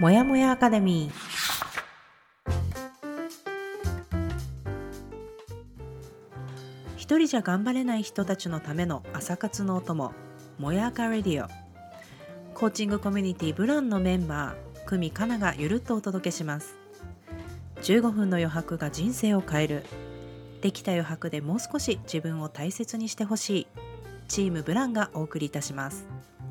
もやもやアカデミー。一人じゃ頑張れない人たちのための朝活のお供、もやアカレディオ。コーチングコミュニティブランのメンバー久美かながゆるっとお届けします。15分の余白が人生を変える。できた余白でもう少し自分を大切にしてほしい。チームブランがお送りいたします。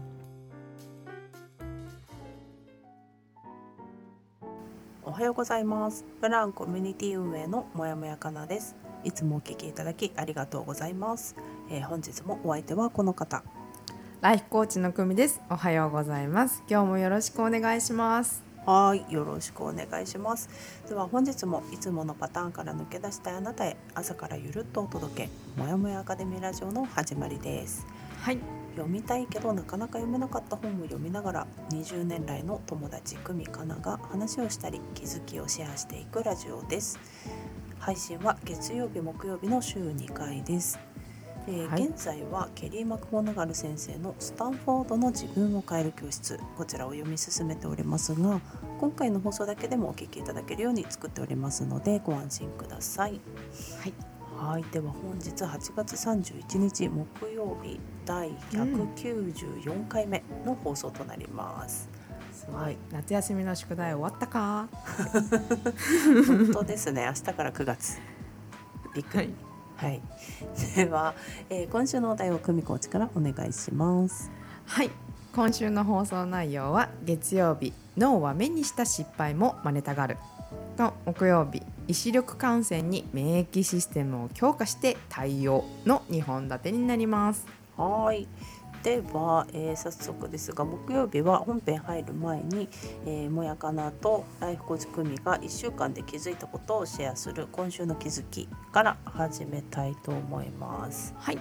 おはようございます。ブランコミュニティ運営のもやもやかなです。いつもお聞きいただきありがとうございます。本日もお相手はこの方、 ライフコーチの久美です。おはようございます。今日もよろしくお願いします。 はい、よろしくお願いします。では本日もいつものパターンから抜け出したいあなたへ、朝からゆるっとお届け、もやもやアカデミーラジオの始まりです。 はい。 読みたいけどなかなか読めなかった本を読みながら、20年来の友達久美かなが話をしたり気づきをシェアしていくラジオです。配信は月曜日木曜日の週2回です。現在はケリー・マクゴナガル先生のスタンフォードの自分を変える教室、こちらを読み進めておりますが、今回の放送だけでもお聞きいただけるように作っておりますのでご安心ください。はい、では本日8月31日木曜日第194回目の放送となります。 はい、夏休みの宿題終わったか？ 本当ですね。明日から9月。びっくり。はい、では、今週のお題を久美コーチからお願いします。 はい、今週の放送内容は月曜日、脳は目にした失敗も真似たがると、木曜日、意志力感染に免疫システムを強化して対応の2本立てになります。 はい、では、早速ですが、木曜日は本編入る前に、もやかなとライフコーチ久美が1週間で気づいたことをシェアする今週の気づきから始めたいと思います。はい、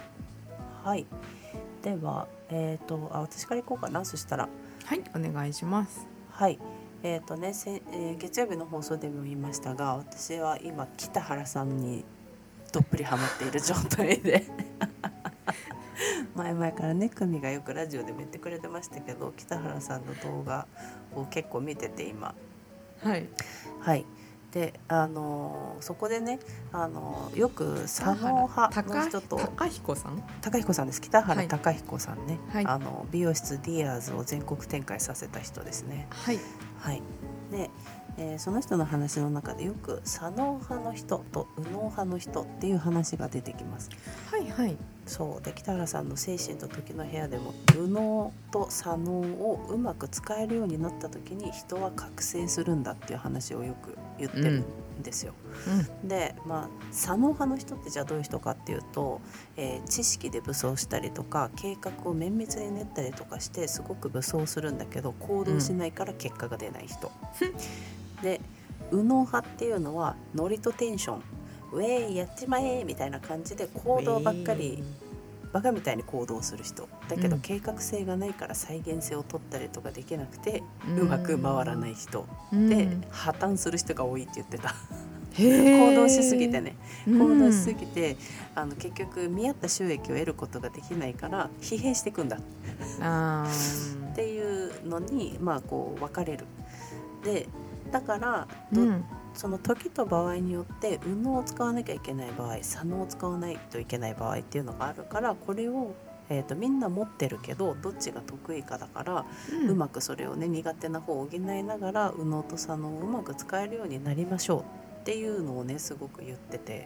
では、私からいこうかな。そしたらはい、お願いします。 はい、月曜日の放送でも言いましたが、私は今北原さんにどっぷりハマっている状態で前々からね、久美がよくラジオでも言ってくれてましたけど、北原さんの動画を結構見てて今。で、そこでね、よく左脳派の人と高彦さんです。北原高彦さんね、美容室ディアーズを全国展開させた人ですね。で、その人の話の中でよく左脳派の人と右脳派の人っていう話が出てきます。そうで、北原さんの精神と時の部屋でも、右脳と左脳をうまく使えるようになった時に人は覚醒するんだっていう話をよく言ってるんですよ。で、左脳派の人ってじゃあどういう人かっていうと、知識で武装したりとか計画を綿密に練ったりとかしてすごく武装するんだけど行動しないから結果が出ない人、で、右脳派っていうのはノリとテンション、ウェイやっちまえみたいな感じで行動ばっかりバカみたいに行動する人だけど、計画性がないから再現性を取ったりとかできなくてうまく回らない人で、破綻する人が多いって言ってた。行動しすぎてね、結局見合った収益を得ることができないから疲弊していくんだっていうのにこう分かれる。で、だからその時と場合によって右脳を使わなきゃいけない場合、左脳を使わないといけない場合っていうのがあるから、これを、みんな持ってるけどどっちが得意かだから、うまくそれをね、苦手な方を補いながら右脳と左脳をうまく使えるようになりましょうっていうのをね、すごく言ってて、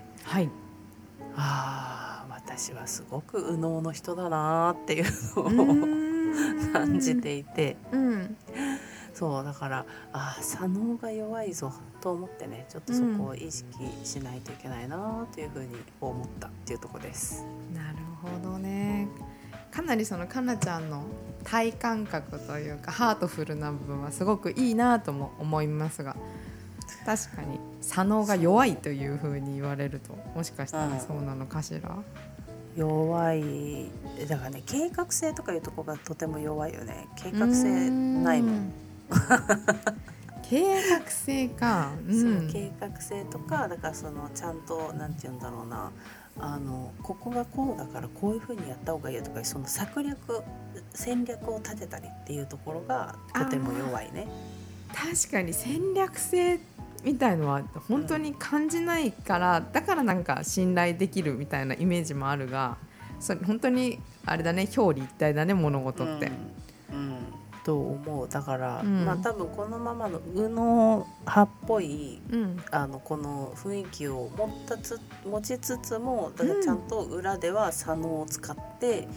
私はすごく右脳の人だなっていうのを感じていて、そうだから左脳が弱いぞと思ってね、ちょっとそこを意識しないといけないなというふうに思ったっていうところです。 なるほどね。かなりそのかなちゃんの体感覚というかハートフルな部分はすごくいいなとも思いますが、確かに左脳が弱いというふうに言われると、もしかしたらそうなのかしら。 弱いだからね、計画性とかいうところがとても弱いよね。計画性ないもん計画性か、 そう計画性とか、だからそのちゃんとなんて言うんだろうな、ここがこうだからこういう風にやった方がいいよとか、その戦略を立てたりっていうところがとても弱いね。 確かに戦略性みたいのは本当に感じないから、だからなんか信頼できるみたいなイメージもあるが、それ本当にあれだね、表裏一体だね、物事って、 と思う。だから、まあ多分このままの右脳派っぽい、この雰囲気を持ちつつも、だからちゃんと裏では左脳を使って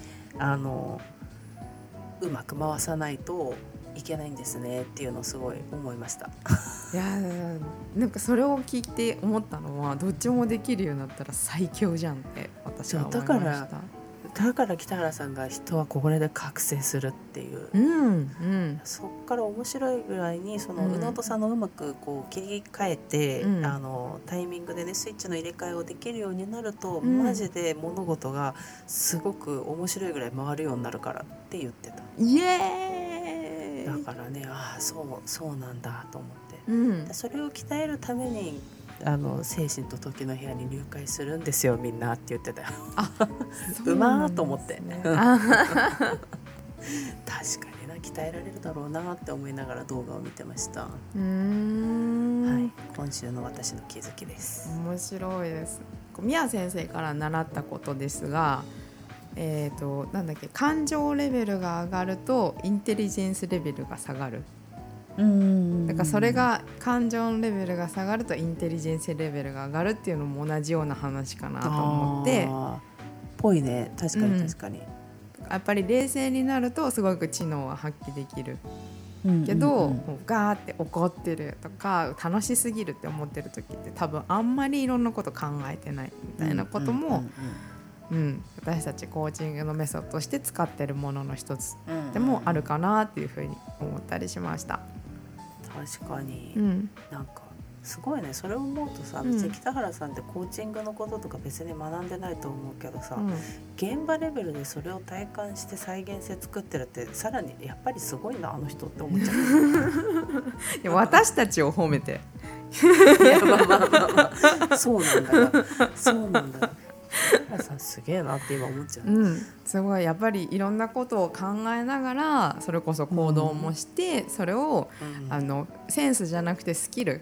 うまく回さないといけないんですねっていうのをすごい思いました。 いやなんかそれを聞いて思ったのは、どっちもできるようになったら最強じゃんって私は思いました。 だから北原さんが人はこれで覚醒するっていう、そっから面白いぐらいにその右脳と左脳をうまくこう切り替えて、タイミングでねスイッチの入れ替えをできるようになると、マジで物事がすごく面白いぐらい回るようになるからって言ってた。 イエーイ。だからね、そうなんだと思って、それを鍛えるために精神と時の部屋に入会するんですよみんなって言ってたよ。うまーと思って、確かにな、鍛えられるだろうなって思いながら動画を見てました。はい、今週の私の気づきです。 面白いです。宮先生から習ったことですが、なんだっけ、感情レベルが上がるとインテリジェンスレベルが下がる。だからそれが感情のレベルが下がるとインテリジェンスレベルが上がるっていうのも同じような話かなと思って。 ぽいね、確かに確かに、 やっぱり冷静になるとすごく知能は発揮できるけど、ガーって怒ってるとか楽しすぎるって思ってる時って多分あんまりいろんなこと考えてないみたいなことも、私たちコーチングのメソッドとして使ってるものの一つでもあるかなっていうふうに思ったりしました。 確かに、なんかすごいね、それを思うとさ、別に北原さんってコーチングのこととか別に学んでないと思うけどさ、現場レベルでそれを体感して再現性作ってるって、さらにやっぱりすごいなあの人って思っちゃう。 いや私たちを褒めていやそうなんだよ、そうなんだよ。さんすげえなって今思っちゃう、 すごいやっぱりいろんなことを考えながらそれこそ行動もして、それを、センスじゃなくてスキル、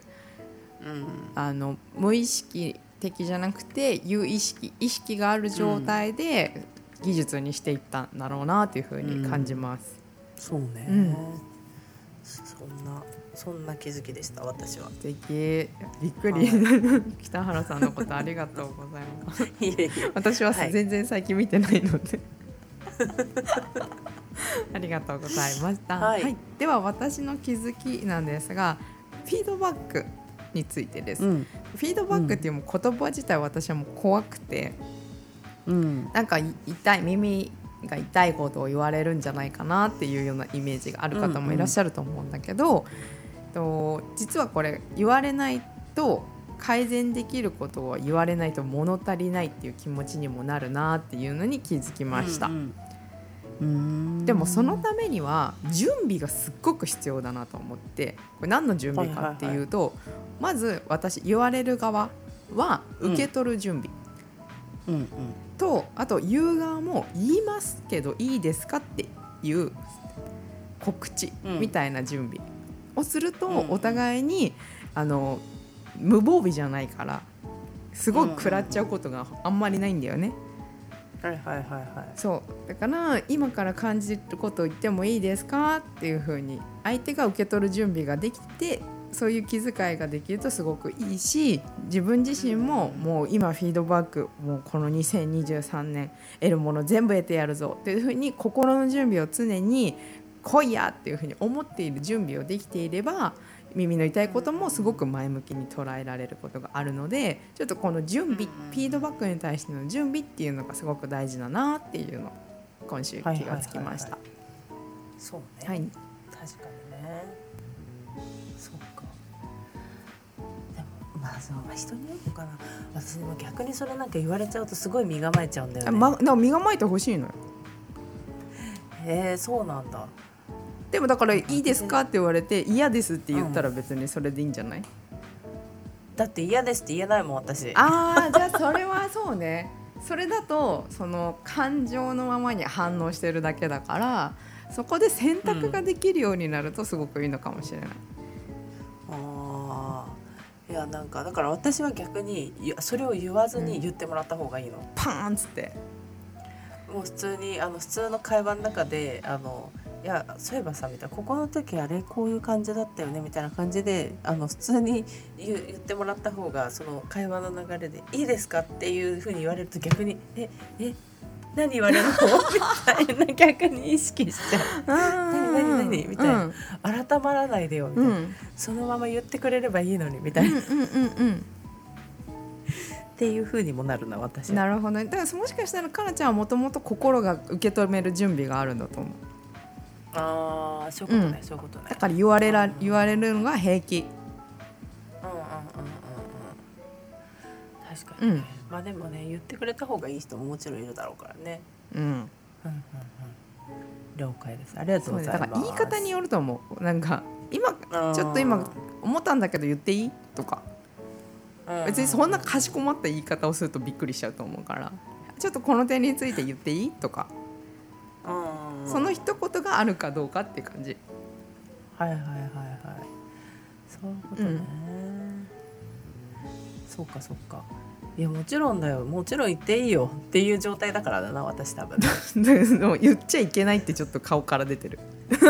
無意識的じゃなくて有意識がある状態で技術にしていったんだろうなっていうふうに感じます。 そうね、そんな気づきでした私は。 素敵、びっくり、北原さんのことありがとうございます。いえいえ、私は全然最近見てないのでありがとうございました。では私の気づきなんですが、フィードバックについてです。フィードバックっていう言葉自体私はもう怖くて、なんか耳が痛いことを言われるんじゃないかなっていうようなイメージがある方もいらっしゃると思うんだけど、実はこれ言われないと改善できることを言われないと物足りないっていう気持ちにもなるなっていうのに気づきました。でもそのためには準備がすっごく必要だなと思って、これ何の準備かっていうと、まず言われる側は受け取る準備、とあと言う側も言いますけどいいですかっていう告知みたいな準備をすると、お互いに無防備じゃないからすごく食らっちゃうことがあんまりないんだよね。そうだから今から感じることを言ってもいいですかっていう風に相手が受け取る準備ができて、そういう気遣いができるとすごくいいし、自分自身ももう今フィードバックもうこの2023年得るもの全部得てやるぞっていう風に心の準備を常に来いやっていう風に思っている準備をできていれば、耳の痛いこともすごく前向きに捉えられることがあるので、ちょっとこの準備、フィードバックに対しての準備っていうのがすごく大事だなっていうのを今週気がつきました。 そうね、確かにね。そうか。でもまあ人によるのかな。私も逆にそれなんか言われちゃうとすごい身構えちゃうんだよね。 だから身構えてほしいのよ。 そうなんだ。 でもだからいいですかって言われて嫌ですって言ったら別にそれでいいんじゃない？ だって嫌ですって言えないもん私。 じゃあそれはそうね。それだとその感情のままに反応してるだけだから、そこで選択ができるようになるとすごくいいのかもしれない。 いやなんかだから私は逆にそれを言わずに言ってもらった方がいいの、 パーンっつってもう普通に普通の会話の中でいやそういえばさみたいな、ここの時あれこういう感じだったよねみたいな感じで普通に言ってもらった方が、その会話の流れでいいですかっていう風に言われると逆に何言われるのみたいな逆に意識しちゃう何みたいな、改まらないでよみたいな、そのまま言ってくれればいいのにみたいな、っていう風にもなるな私は。 なるほどね。だからもしかしたらかなちゃんはもともと心が受け止める準備があるんだと思う。 そういうことね、そういうことね。 だから言われるのが平気。 確かにね、まあでもね言ってくれた方がいい人ももちろんいるだろうからね。了解です。ありがとうございます。 だから言い方によると思う。なんかちょっと今思ったんだけど言っていいとか、別にそんなかしこまった言い方をするとびっくりしちゃうと思うから、ちょっとこの点について言っていいとか、その一言があるかどうかっていう感じ。 はいはいはいはい、そういうことね、そうかそうか。いやもちろんだよ、もちろん言っていいよっていう状態だからだな私多分でも言っちゃいけないってちょっと顔から出てる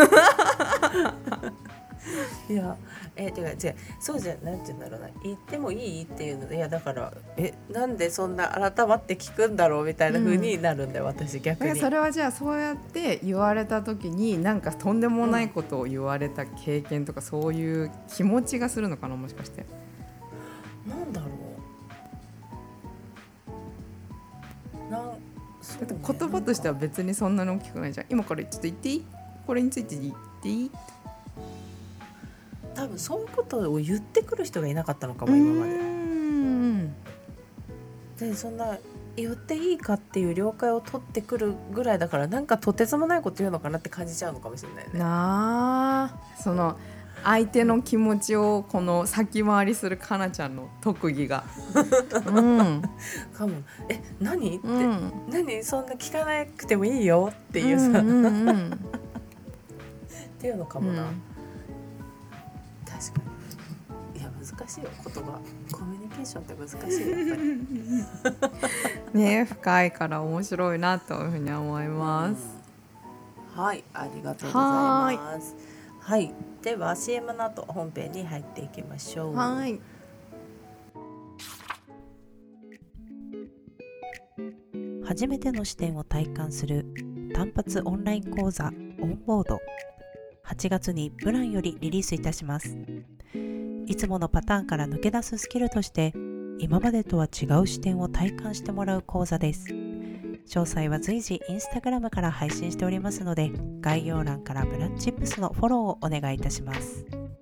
いやてか違う、そうじゃなんて言うんだろうな、言ってもいいっていうので、いやだからなんでそんな改まって聞くんだろうみたいな風になるんだよ、私逆に。 それはじゃあそうやって言われた時になんかとんでもないことを言われた経験とか、そういう気持ちがするのかな、もしかして。 なんだろう、だって言葉としては別にそんなに大きくないじゃん。今からちょっと言っていい？これについて言っていい？ 多分そういうことを言ってくる人がいなかったのかも今まで。でそんな言っていいかっていう了解を取ってくるぐらいだから、なんかとてつもないこと言うのかなって感じちゃうのかもしれないね。 その相手の気持ちをこの先回りするかなちゃんの特技がかも。 何って、何そんな聞かなくてもいいよっていうさ、っていうのかもな、確かに。いや難しいよ言葉、コミュニケーションって難しいやっぱりね、深いから面白いなというふうに思います。 はい、ありがとうございます。はい、では CM の後本編に入っていきましょう。 はい。 初めての視点を体感する単発オンライン講座オンボード、8月にプランよりリリースいたします。いつものパターンから抜け出すスキルとして、今までとは違う視点を体感してもらう講座です。詳細は随時インスタグラムから配信しておりますので、概要欄からブラッチップスのフォローをお願いいたします。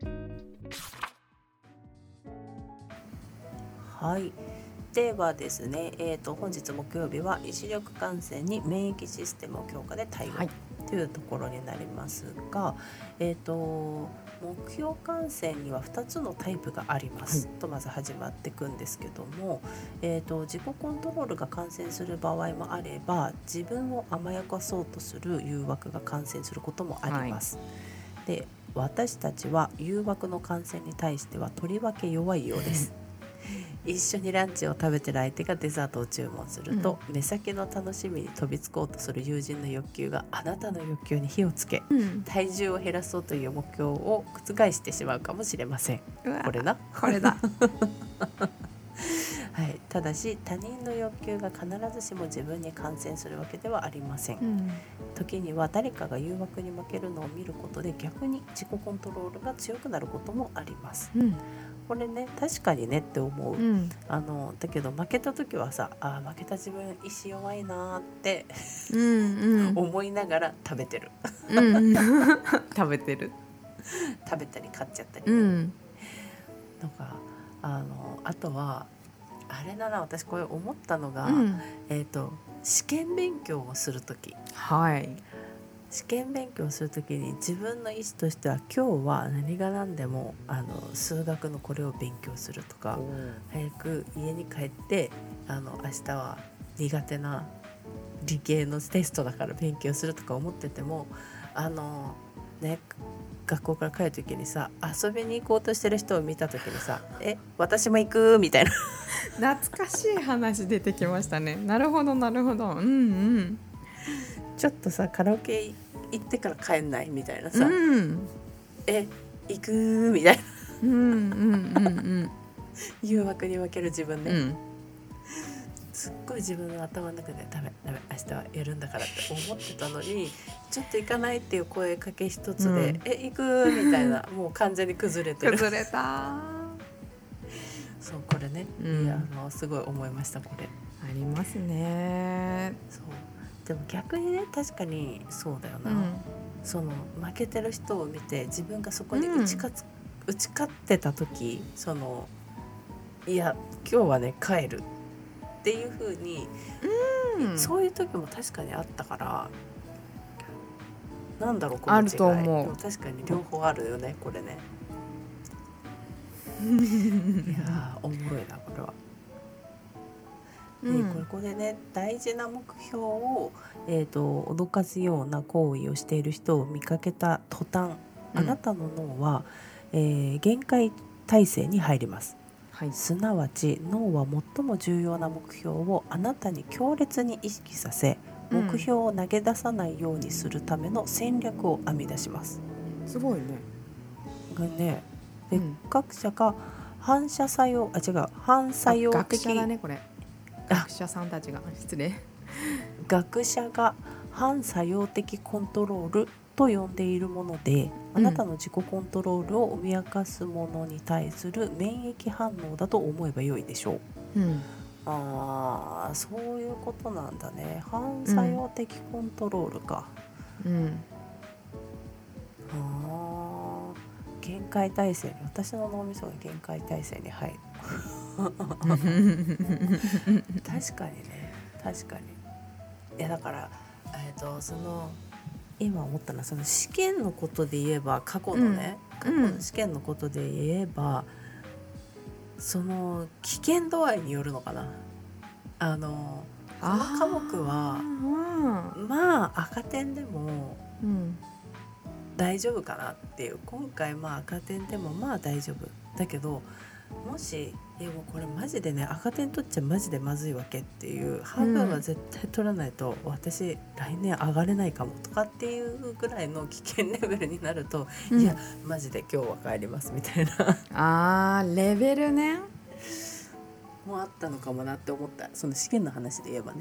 はい、ではですね、本日木曜日は医師力感染に免疫システムを強化で対応、というところになりますが、目標感染には2つのタイプがあります、とまず始まっていくんですけども、自己コントロールが感染する場合もあれば、自分を甘やかそうとする誘惑が感染することもあります、で私たちは誘惑の感染に対してはとりわけ弱いようです一緒にランチを食べてる相手がデザートを注文すると、目先の楽しみに飛びつこうとする友人の欲求があなたの欲求に火をつけ、体重を減らそうという目標を覆してしまうかもしれません。これだはい、ただし他人の欲求が必ずしも自分に感染するわけではありません、時には誰かが誘惑に負けるのを見ることで逆に自己コントロールが強くなることもあります、これね確かにねって思う、だけど負けた時はさ、負けた自分意志弱いなって思いながら食べてる食べてる食べたり買っちゃったり、ね、とかあとはあれだな、私これ思ったのが、試験勉強をするとき、試験勉強するときに自分の意思としては今日は何が何でも数学のこれを勉強するとか、早く家に帰って明日は苦手な理系のテストだから勉強するとか思ってても学校から帰る時にさ、遊びに行こうとしてる人を見た時にさ、私も行くみたいな懐かしい話出てきましたね。なるほどなるほど。うんうん。 ちょっとさカラオケ行ってから帰んないみたいなさ、行くみたいな誘惑に負ける自分ね、すっごい自分の頭の中でダメ明日はやるんだからって思ってたのに、ちょっと行かないっていう声かけ一つで、行くみたいな、もう完全に崩れてる。 崩れた。 そうこれね、すごい思いました。これありますね。 そうでも逆にね、確かにそうだよな、その負けてる人を見て自分がそこに打ち勝ってた時、そのいや今日はね帰るっていう風に、そういう時も確かにあったから、なんだろうこの違い。あると思う。でも確かに両方あるよねこれね。いやおもろいなこれは。これでね、大事な目標を、脅かすような行為をしている人を見かけた途端、あなたの脳は、限界態勢に入ります。すなわち脳は最も重要な目標をあなたに強烈に意識させ、目標を投げ出さないようにするための戦略を編み出します。 すごいね。 別格者が反作用的学者だねこれ。学者さんたちが失礼。 学者が反作用的コントロールと呼んでいるもので、あなたの自己コントロールを脅かすものに対する免疫反応だと思えばよいでしょう。そういうことなんだね。反作用的コントロールか。限界体制に、私の脳みそが限界体制に入る。確かにね、確かに。いやだからその今思ったのは、その試験のことで言えば、過去の試験のことで言えば、その危険度合いによるのかな。その科目はまあ赤点でも大丈夫かなっていう、今回赤点でも大丈夫だけど、もしもうこれマジでね赤点取っちゃマジでまずいわけっていう、半分は絶対取らないと私来年上がれないかもとかっていうぐらいの危険レベルになると、いやマジで今日は帰りますみたいなレベルねもあったのかもなって思った。その試験の話で言えばね。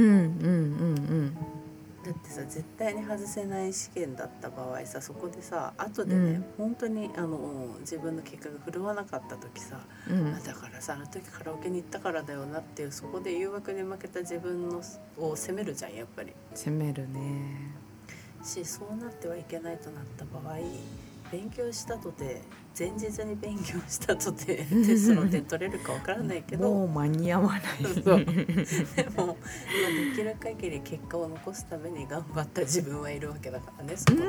だってさ、絶対に外せない試験だった場合さ、そこでさ後でね、本当に自分の結果が振るわなかった時さ、だからさあの時カラオケに行ったからだよなっていう、そこで誘惑に負けた自分を責めるじゃん。やっぱり責めるね。 そうなってはいけないとなった場合、勉強したとて、前日に勉強したとてテストの点取れるかわからないけどもう間に合わないそうでもできる限り結果を残すために頑張った自分はいるわけだからね。そこで、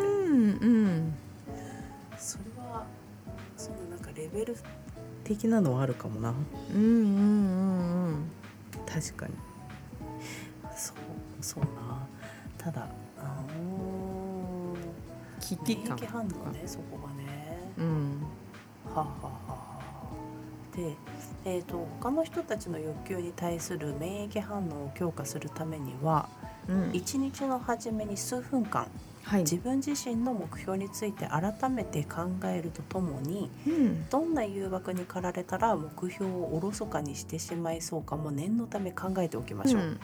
それはそのなんかレベル的なのはあるかもな。確かにそうな。ただ危機感免疫反応ね、そこがね。で、他の人たちの欲求に対する免疫反応を強化するためには、1日の初めに数分間、自分自身の目標について改めて考えるとともに、どんな誘惑に駆られたら目標をおろそかにしてしまいそうかも念のため考えておきましょう。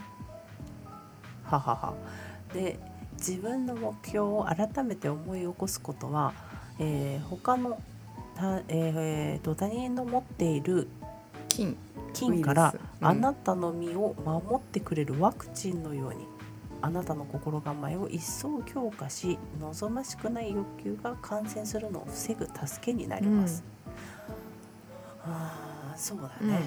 で、自分の目標を改めて思い起こすことは、他の他人の持っている菌からあなたの身を守ってくれるワクチンのように、あなたの心構えを一層強化し、望ましくない欲求が感染するのを防ぐ助けになります。そうだね。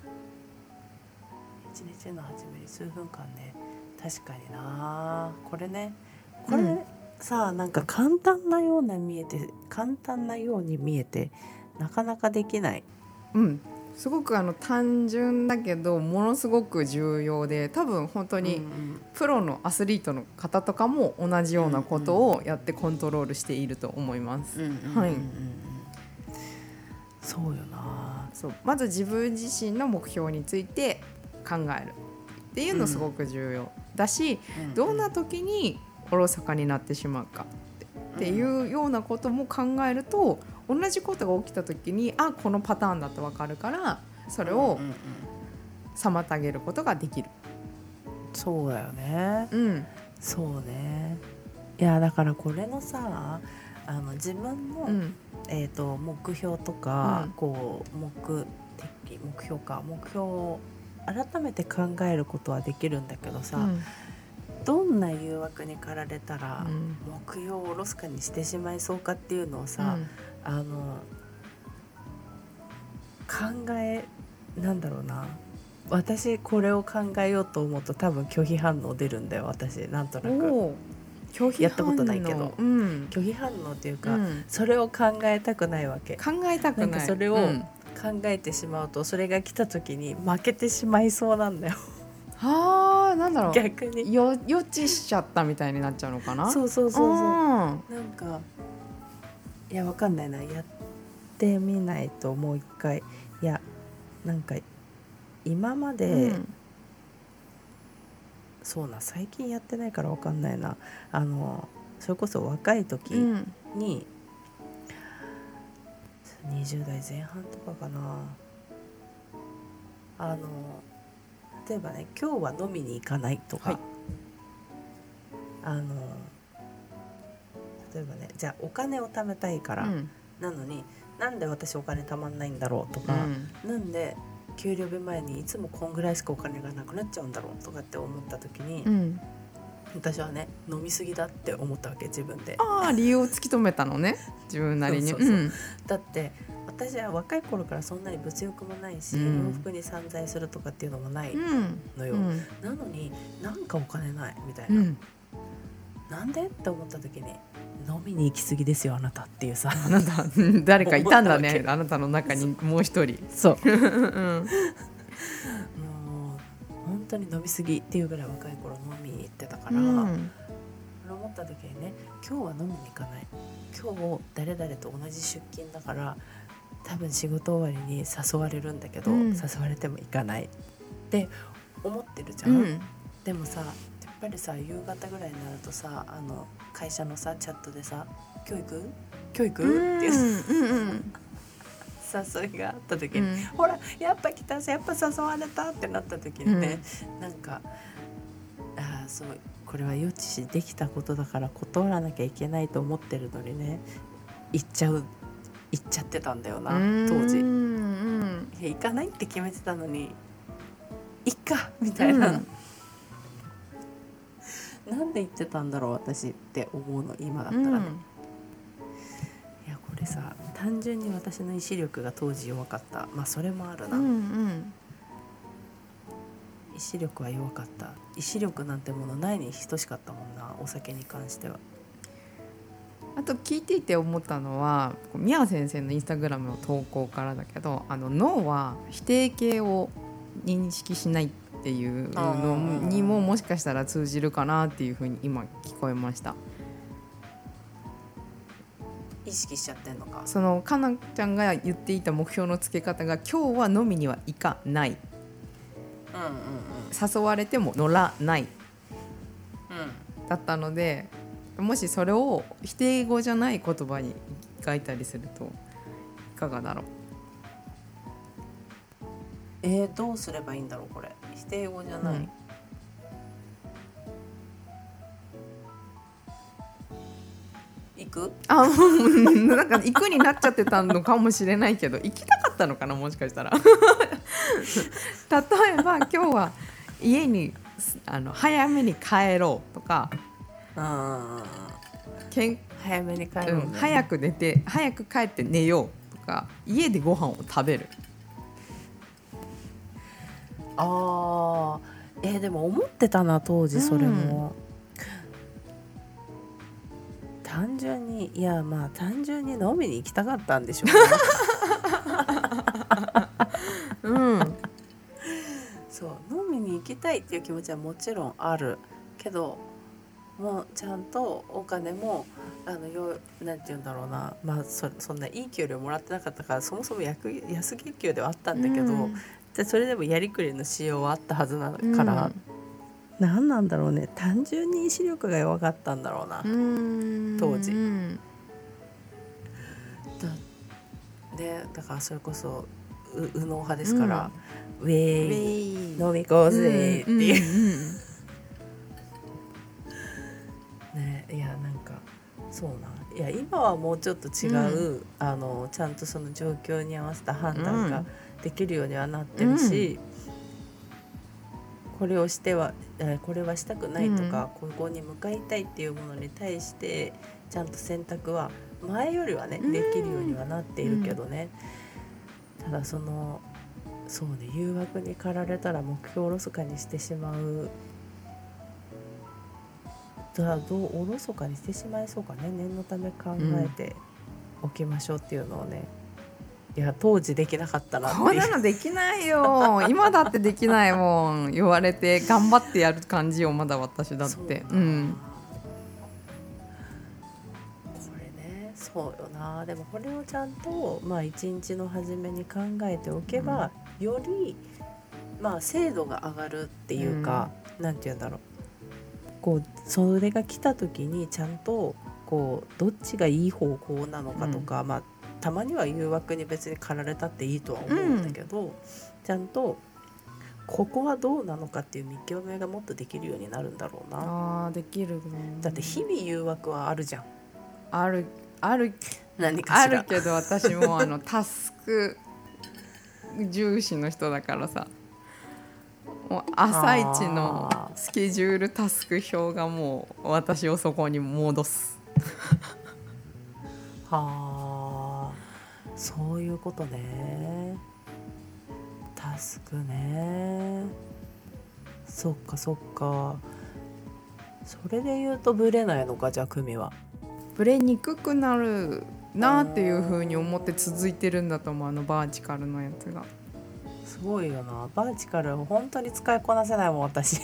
一日の初めに数分間ね。確かにな。これさあ、なんか簡単なように見えてなかなかできない。 すごく単純だけどものすごく重要で、多分本当にプロのアスリートの方とかも同じようなことをやってコントロールしていると思います。はい。 そうよな。 そう、まず自分自身の目標について考えるっていうのすごく重要だし、どんな時におろそかになってしまうかっていうようなことも考えると、同じことが起きた時にこのパターンだと分かるから、それを妨げることができる。 そうだよね、そうね。いやだからこれのさ、自分の、目標とか、こう目標を改めて考えることはできるんだけどさ、どんな誘惑に駆られたら目標をおろそかにしてしまいそうかっていうのをさ、なんだろうな、私これを考えようと思うと多分拒否反応出るんだよ。私なんとなくやったことないけど、拒否反応っていうか、それを考えたくないわけ。 考えたくない。 なんかそれを考えてしまうと、それが来た時に負けてしまいそうなんだよ。 なんだろう、 逆に予知しちゃったみたいになっちゃうのかな。 そうなんかいやわかんないな、やってみないともう一回。いやなんか今まで、そうな、最近やってないからわかんないな。それこそ若い時に、20代前半とかかな、例えばね、今日は飲みに行かないとか、例えばね、じゃあお金を貯めたいから、なのになんで私お金貯まんないんだろうとか、なんで給料日前にいつもこんぐらいしかお金がなくなっちゃうんだろうとかって思った時に、私はね、飲みすぎだって思ったわけ、自分で。 理由を突き止めたのね、自分なりに。 だって私は若い頃からそんなに物欲もないし、洋服に散財するとかっていうのもないのよ、なのになんかお金ないみたいな、なんでって思った時に、飲みに行き過ぎですよあなたっていうさ、 あなた誰かいたんだね、あなたの中にもう一人。 そうもう本当に飲み過ぎっていうぐらい若い頃飲みに行ってたから、思った時にね、今日は飲みに行かない、今日誰々と同じ出勤だから多分仕事終わりに誘われるんだけど、誘われても行かないって思ってるじゃん、でもさ、やっぱりさ、夕方ぐらいになるとさ、会社のさチャットでさ、今日行くっていう誘いがあった時に、ほらやっぱ来たし、やっぱ誘われたってなった時にね、なんかそう、これは予知できたことだから断らなきゃいけないと思ってるのにね、行っちゃってたんだよな当時。いや行かないって決めてたのにいっかみたいな、なんで言ってたんだろう私って思うの、今だったらね、いやこれさ、単純に私の意志力が当時弱かった。それもあるな、意志力は弱かった。意志力なんてものないに等しかったもんな、お酒に関しては。 あと聞いていて思ったのは、宮先生のインスタグラムの投稿からだけど、脳は否定形を認識しないっていうのにももしかしたら通じるかなっていうふうに今聞こえました。 意識しちゃってんのか。 そのかなちゃんが言っていた目標のつけ方が、今日は飲みには行かない、誘われても乗らない、だったので、もしそれを否定語じゃない言葉に書いたりするといかがだろう。 どうすればいいんだろうこれ。否定語じゃない、行く？ なんか行くになっちゃってたのかもしれないけど、行きたかったのかな、もしかしたら。例えば今日は家に早めに帰ろうとか、 早めに帰ろう、 早く寝て早く帰って寝ようとか、家でご飯を食べる。 でも思ってたな当時、それも、単純に単純に飲みに行きたかったんでしょうね。 たいっていう気持ちはもちろんあるけど、もうちゃんとお金もなんて言うんだろうな、まあそんないい給料もらってなかったから、そもそも安月給ではあったんだけど、でそれでもやりくりのしようはあったはずなから、何なんだろうね、単純に意志力が弱かったんだろうな、当時。だからそれこそ右脳派ですから、ウェイ飲みこうぜっていう、ね、いやなんかそうな、いや今はもうちょっと違う、ちゃんとその状況に合わせた判断ができるようにはなってるし、これをしてはこれはしたくないとか、ここに向かいたいっていうものに対してちゃんと選択は前よりはねできるようにはなっているけどね、ただそうね、誘惑に駆られたら目標をおろそかにしてしまう、おろそかにしてしまいそうかね。念のため考えておきましょうっていうのをね、いや当時できなかったなっていう。 こんなのできないよ今だってできないもん言われて頑張ってやる感じよ、まだ私だって。これね、そうよな。でもこれをちゃんと一日の初めに考えておけば、より精度が上がるっていうか、なんて言うんだろう、こうそれが来た時にちゃんとこうどっちがいい方向なのかとか、たまには誘惑に別に駆られたっていいとは思うんだけど、ちゃんとここはどうなのかっていう見極めがもっとできるようになるんだろうな。 できる、 だって日々誘惑はあるじゃん。 ある何かしらあるけど、私もタスク重視の人だからさ、もう朝一のスケジュールタスク表がもう私をそこに戻すはあ、そういうことね。タスクね。そっかそっか。それで言うとブレないのか、じゃあ組は。 ブレにくくなるなっていう風に思って続いてるんだと思う、バーチカルのやつが。 すごいよな。バーチカル本当に使いこなせないもん私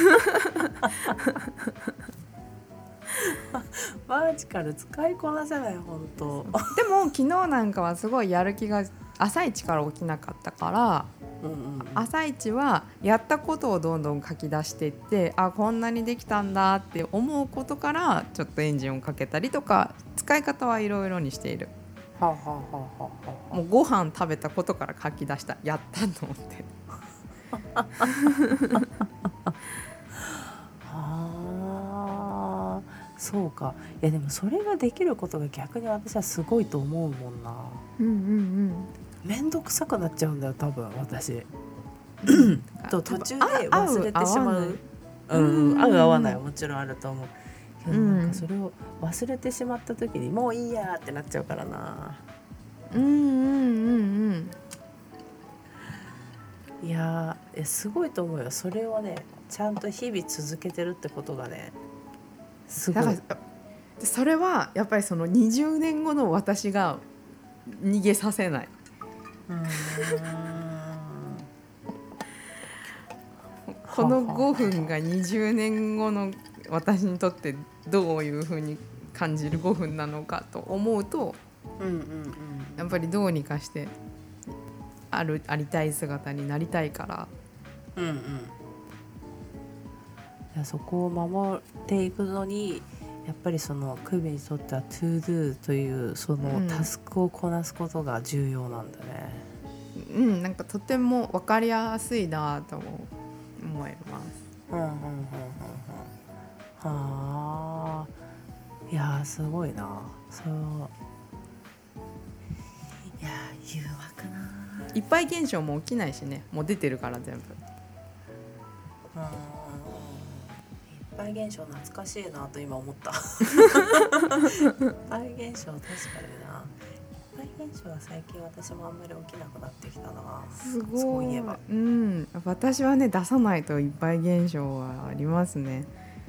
バーチカル使いこなせない本当。 でも昨日なんかはすごいやる気が朝一から起きなかったから、朝一はやったことをどんどん書き出していって、こんなにできたんだって思うことからちょっとエンジンをかけたりとか、使い方はいろいろにしている。もうご飯食べたことから書き出した、やったと思ってそうか。いやでもそれができることが逆に私はすごいと思うもんな。めんどくさくなっちゃうんだよ多分私と途中で忘れてしまう。合う合わないはもちろんあると思うけど、なんかそれを忘れてしまった時にもういいやってなっちゃうからな。いやすごいと思うよ。それをねちゃんと日々続けてるってことがねすごい。 だからそれはやっぱりその20年後の私が逃げさせない。この5分が20年後の私にとってどういう風に感じる5分なのかと思うと、やっぱりどうにかしてありたい姿になりたいから、 いやそこを守っていくのにやっぱりそのクビにとっては to do というそのタスクをこなすことが重要なんだね。 なんかとても分かりやすいなと思います。 はあ、いやすごいな。そういや誘惑な。 いっぱい現象も起きないしね、もう出てるから全部。 いっぱい現象懐かしいなと今思ったいっぱい現象確かにな。いっぱい現象は最近私もあんまり起きなくなってきたな。 すごい。 そういえば私はね出さないといっぱい現象はありますね。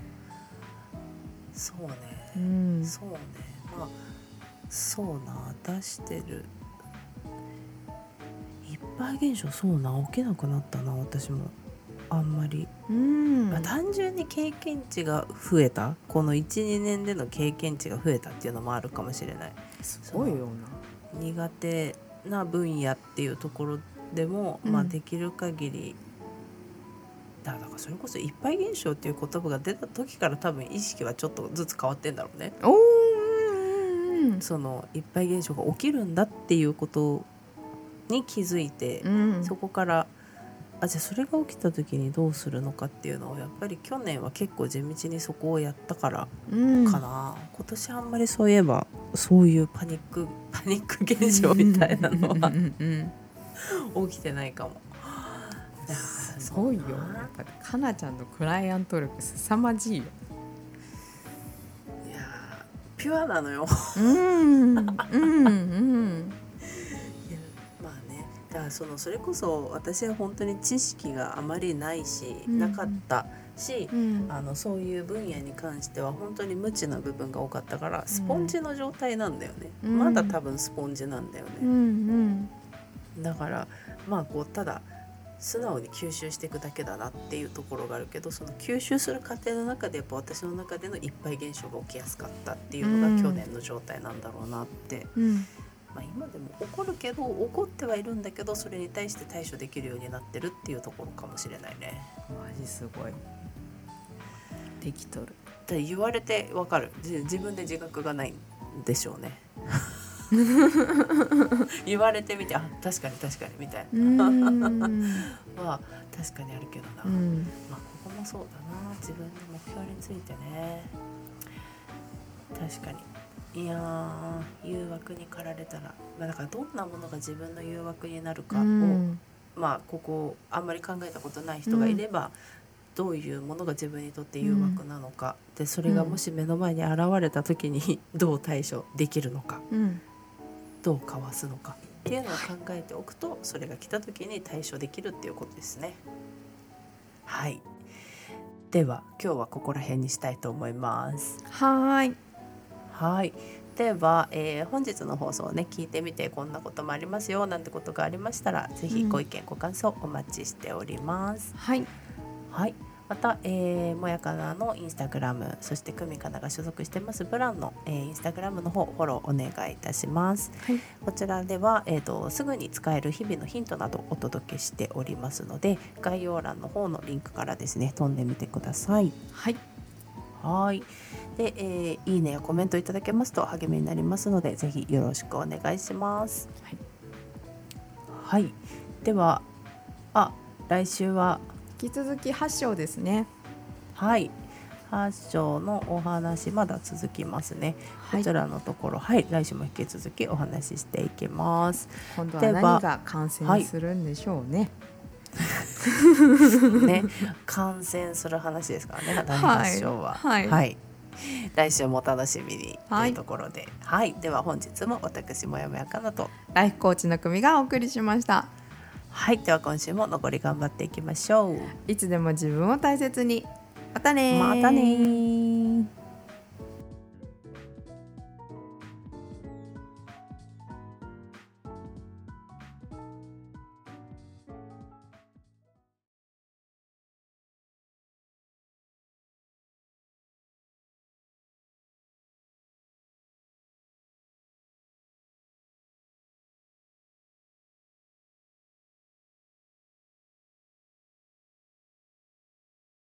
そうね、そうね。そうな、出してるいっぱい現象、そうな、起きなくなったな私も。 あんまり、単純に経験値が増えた、この 1,2 年での経験値が増えたっていうのもあるかもしれない。 すごいよな。苦手な分野っていうところでも、できる限りだからそれこそいっぱい現象っていう言葉が出た時から多分意識はちょっとずつ変わってんだろうね。そのいっぱい現象が起きるんだっていうことに気づいて、そこからじゃあそれが起きた時にどうするのかっていうのをやっぱり去年は結構地道にそこをやったからかな、今年あんまりそういえばそういうパニック現象みたいなのは起きてないかも。 すごいよ、やっぱりかなちゃんのクライアント力凄まじいよ。 いやピュアなのよ。だからそれこそ私は本当に知識があまりないし、なかったし、そういう分野に関しては本当に無知な部分が多かったからスポンジの状態なんだよね、まだ多分スポンジなんだよね、だからこうただ素直に吸収していくだけだなっていうところがあるけど、その吸収する過程の中でやっぱ私の中でのいっぱい現象が起きやすかったっていうのが去年の状態なんだろうなって、今でも起こるけど起こってはいるんだけど、それに対して対処できるようになってるっていうところかもしれないね。 マジすごいできとる。 だ言われて分かる、自分で自覚がないんでしょうね言われてみて確かにみたいなは確かにあるけどな、ここもそうだな、自分の目標についてね。確かにいや誘惑に駆られたら、だからどんなものが自分の誘惑になるかを、ここあんまり考えたことない人がいれば、どういうものが自分にとって誘惑なのか、でそれがもし目の前に現れた時にどう対処できるのか、どうかわすのかっていうのを考えておくと、それが来た時に対処できるっていうことですね。はい、では今日はここら辺にしたいと思います。 はい、 では、本日の放送をね聞いてみて、こんなこともありますよなんてことがありましたら、ぜひご意見ご感想お待ちしております。また、もやかなのインスタグラム、そしてくみかなが所属してますブランの、インスタグラムの方フォローお願いいたします。こちらでは、すぐに使える日々のヒントなどお届けしておりますので、概要欄の方のリンクからですね飛んでみてください。で、いいねやコメントいただけますと励みになりますので、ぜひよろしくお願いします。では来週は引き続き8章ですね。 8章のお話まだ続きますね。こちらのところ、来週も引き続きお話ししていきます。 今度は何が感染するんでしょうね。 感染する話ですからね、第8章は。来週もお楽しみにというところで、では本日も私もやもやかなとライフコーチの久美がお送りしました。 では今週も残り頑張っていきましょう。 いつでも自分を大切に。またね。